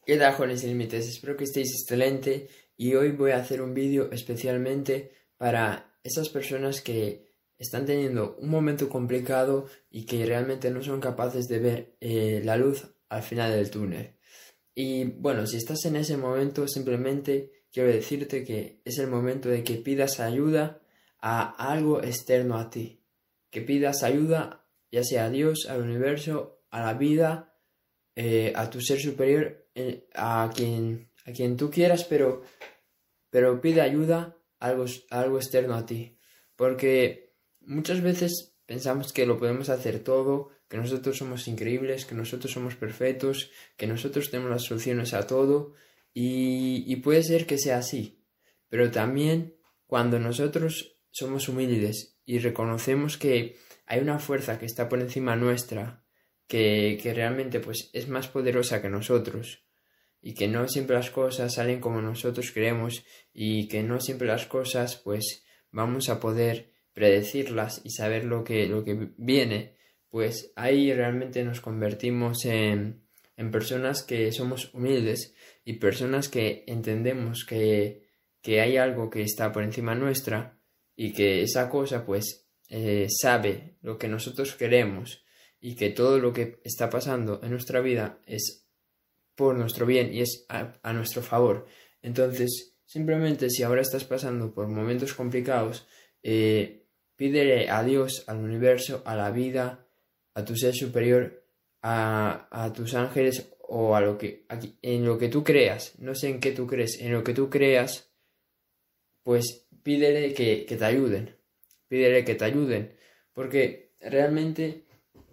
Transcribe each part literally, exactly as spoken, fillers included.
¿Qué tal, jóvenes sin límites? Espero que estéis excelente y hoy voy a hacer un vídeo especialmente para esas personas que están teniendo un momento complicado y que realmente no son capaces de ver eh, la luz al final del túnel. Y bueno, si estás en ese momento, simplemente quiero decirte que es el momento de que pidas ayuda a algo externo a ti. Que pidas ayuda ya sea a Dios, al universo, a la vida, eh, a tu ser superior, eh, a quien, a quien tú quieras, pero, pero pide ayuda a algo, a algo externo a ti. Porque muchas veces pensamos que lo podemos hacer todo, que nosotros somos increíbles, que nosotros somos perfectos, que nosotros tenemos las soluciones a todo, y, y puede ser que sea así. Pero también cuando nosotros somos humildes y reconocemos que hay una fuerza que está por encima nuestra, que, que realmente pues es más poderosa que nosotros y que no siempre las cosas salen como nosotros creemos y que no siempre las cosas pues vamos a poder predecirlas y saber lo que, lo que viene, pues ahí realmente nos convertimos en, en personas que somos humildes y personas que entendemos que, que hay algo que está por encima nuestra y que esa cosa pues eh, sabe lo que nosotros queremos y que todo lo que está pasando en nuestra vida es por nuestro bien y es a, a nuestro favor. Entonces, simplemente si ahora estás pasando por momentos complicados, eh, pídele a Dios, al universo, a la vida, a tu ser superior, a, a tus ángeles o a lo que a, en lo que tú creas. No sé en qué tú crees, en lo que tú creas, pues pídele que, que te ayuden. Pídele que te ayuden. Porque realmente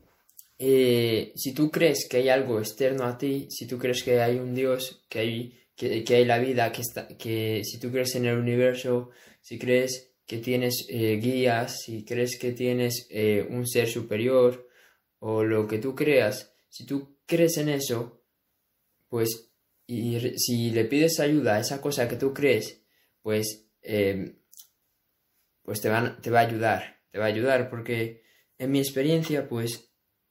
Eh, si tú crees que hay algo externo a ti, si tú crees que hay un Dios, que hay, que, que hay la vida, que, está, que si tú crees en el universo, si crees que tienes eh, guías, si crees que tienes eh, un ser superior o lo que tú creas, si tú crees en eso, pues y re- si le pides ayuda a esa cosa que tú crees, pues, eh, pues te, van, te va a ayudar, te va a ayudar porque en mi experiencia, pues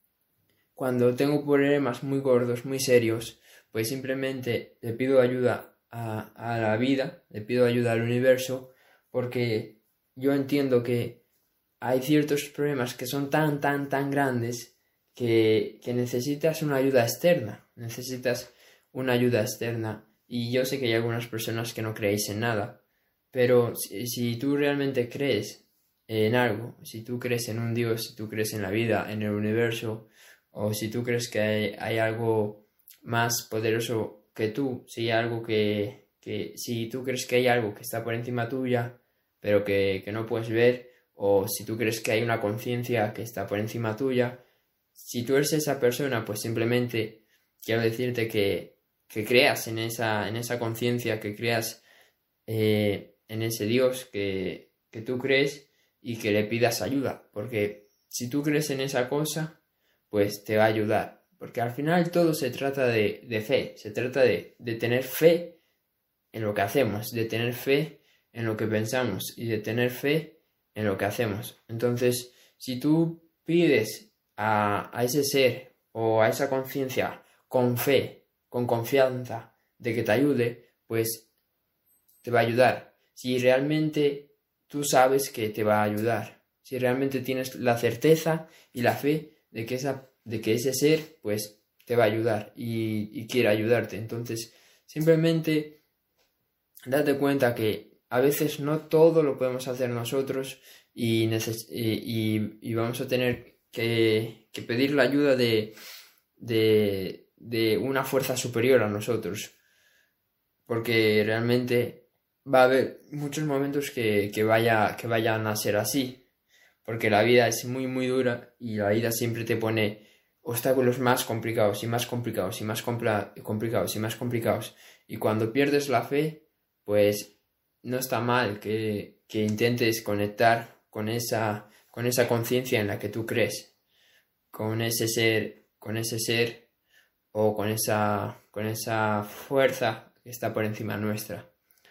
cuando tengo problemas muy gordos, muy serios, pues simplemente le pido ayuda a, a la vida, le pido ayuda al universo, porque yo entiendo que hay ciertos problemas que son tan, tan, tan grandes que, que necesitas una ayuda externa, necesitas una ayuda externa. Y yo sé que hay algunas personas que no creéis en nada, pero si, si tú realmente crees en algo, si tú crees en un Dios, si tú crees en la vida, en el universo, o si tú crees que hay, hay algo más poderoso que tú, si hay algo que, que, si tú crees que hay algo que está por encima tuya, pero que, que no puedes ver, o si tú crees que hay una conciencia que está por encima tuya, si tú eres esa persona, pues simplemente quiero decirte que, que creas en esa, en esa conciencia, que creas eh, en ese Dios que, que tú crees y que le pidas ayuda, porque si tú crees en esa cosa, pues te va a ayudar, porque al final todo se trata de, de fe, se trata de, de tener fe en lo que hacemos, de tener fe en lo que pensamos y de tener fe en lo que hacemos. Entonces, si tú pides a, a ese ser o a esa conciencia con fe, con confianza de que te ayude, pues te va a ayudar. Si realmente tú sabes que te va a ayudar, si realmente tienes la certeza y la fe de que, esa, de que ese ser pues te va a ayudar y, y quiere ayudarte. Entonces, simplemente date cuenta que a veces no todo lo podemos hacer nosotros y, neces- y, y, y vamos a tener que, que pedir la ayuda de, de, de una fuerza superior a nosotros, porque realmente va a haber muchos momentos que, que, vaya, que vayan a ser así, porque la vida es muy muy dura y la vida siempre te pone obstáculos más complicados y más complicados y más compla- complicados y más complicados, y cuando pierdes la fe, pues no está mal que, que intentes conectar con esa, con esa conciencia en la que tú crees, con ese ser, con ese ser o con esa, con esa fuerza que está por encima nuestra.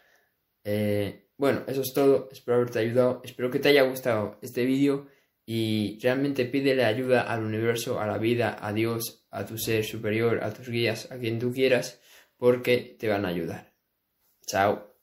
Eh, bueno, eso es todo, espero haberte ayudado, espero que te haya gustado este vídeo y realmente pídele ayuda al universo, a la vida, a Dios, a tu ser superior, a tus guías, a quien tú quieras, porque te van a ayudar. Chao.